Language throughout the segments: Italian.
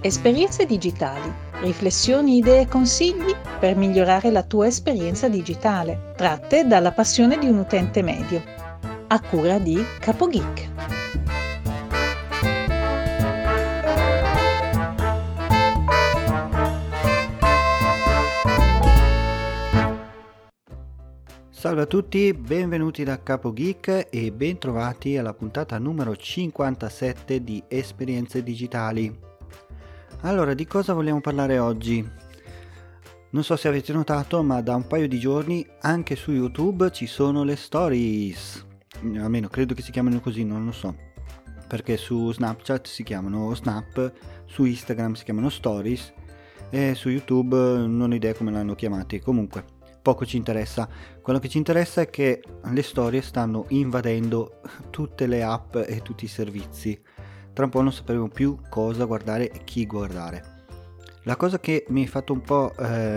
Esperienze digitali, riflessioni, idee e consigli per migliorare la tua esperienza digitale, tratte dalla passione di un utente medio, a cura di CapoGeek. Salve a tutti, benvenuti da CapoGeek e bentrovati alla puntata numero 57 di Esperienze digitali. Allora, di cosa vogliamo parlare oggi? Non so se avete notato, ma da un paio di giorni anche su YouTube ci sono le stories. Almeno credo che si chiamino così, non lo so. Perché su Snapchat si chiamano Snap, su Instagram si chiamano Stories e su YouTube non ho idea come l'hanno chiamati. Comunque, poco ci interessa. Quello che ci interessa è che le storie stanno invadendo tutte le app e tutti i servizi. Tra un po' non sapremo più cosa guardare e chi guardare. La cosa che mi ha fatto un po'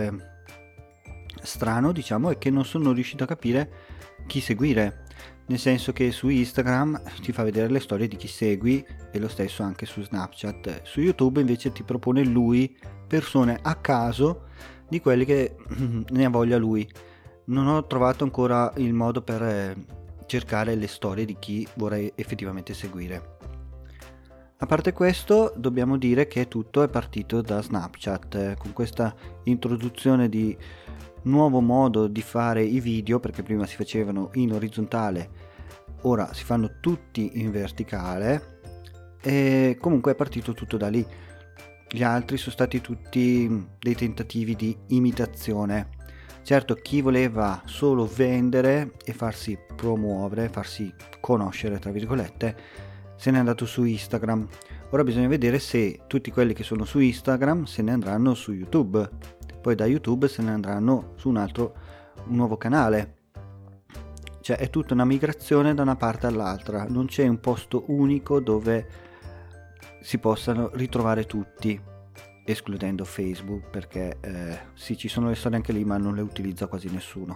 strano, diciamo, è che non sono riuscito a capire chi seguire. Nel senso che su Instagram ti fa vedere le storie di chi segui e lo stesso anche su Snapchat. Su YouTube invece ti propone lui persone a caso di quelli che ne ha voglia lui. Non ho trovato ancora il modo per cercare le storie di chi vorrei effettivamente seguire. A parte questo, dobbiamo dire che tutto è partito da Snapchat, con questa introduzione di nuovo modo di fare i video, perché prima si facevano in orizzontale, ora si fanno tutti in verticale, e comunque è partito tutto da lì. Gli altri sono stati tutti dei tentativi di imitazione. Certo, chi voleva solo vendere e farsi promuovere, farsi conoscere, tra virgolette, se n'è andato su Instagram. Ora bisogna vedere se tutti quelli che sono su Instagram se ne andranno su YouTube, poi da YouTube se ne andranno su un nuovo canale. Cioè è tutta una migrazione da una parte all'altra, non c'è un posto unico dove si possano ritrovare tutti, escludendo Facebook, perché sì, ci sono le storie anche lì, ma non le utilizza quasi nessuno.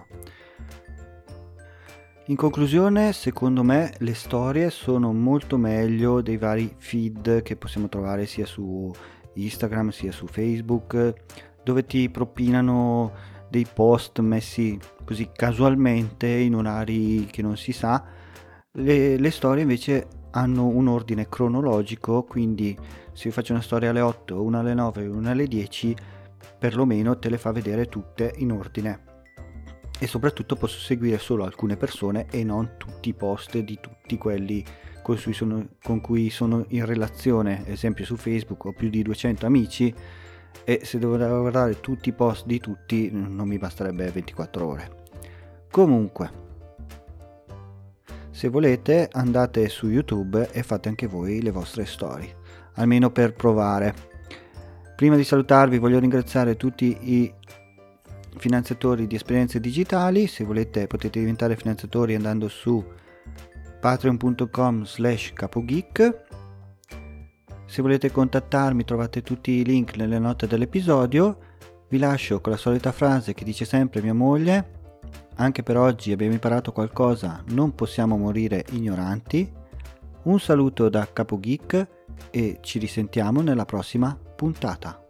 In conclusione, secondo me le storie sono molto meglio dei vari feed che possiamo trovare sia su Instagram sia su Facebook, dove ti propinano dei post messi così casualmente in orari che non si sa. Le storie invece hanno un ordine cronologico, quindi se io faccio una storia alle 8, una alle 9, una alle 10, perlomeno te le fa vedere tutte in ordine. E soprattutto posso seguire solo alcune persone e non tutti i post di tutti quelli con cui sono in relazione. Ad esempio su Facebook ho più di 200 amici e se devo guardare tutti i post di tutti non mi basterebbe 24 ore. Comunque, se volete andate su YouTube e fate anche voi le vostre storie, almeno per provare. Prima di salutarvi voglio ringraziare tutti i finanziatori di Esperienze digitali. Se volete potete diventare finanziatori andando su patreon.com/capogeek. Se volete contattarmi trovate tutti i link nelle note dell'episodio. Vi lascio con la solita frase che dice sempre mia moglie: anche per oggi abbiamo imparato qualcosa, non possiamo morire ignoranti. Un saluto da CapoGeek e ci risentiamo nella prossima puntata.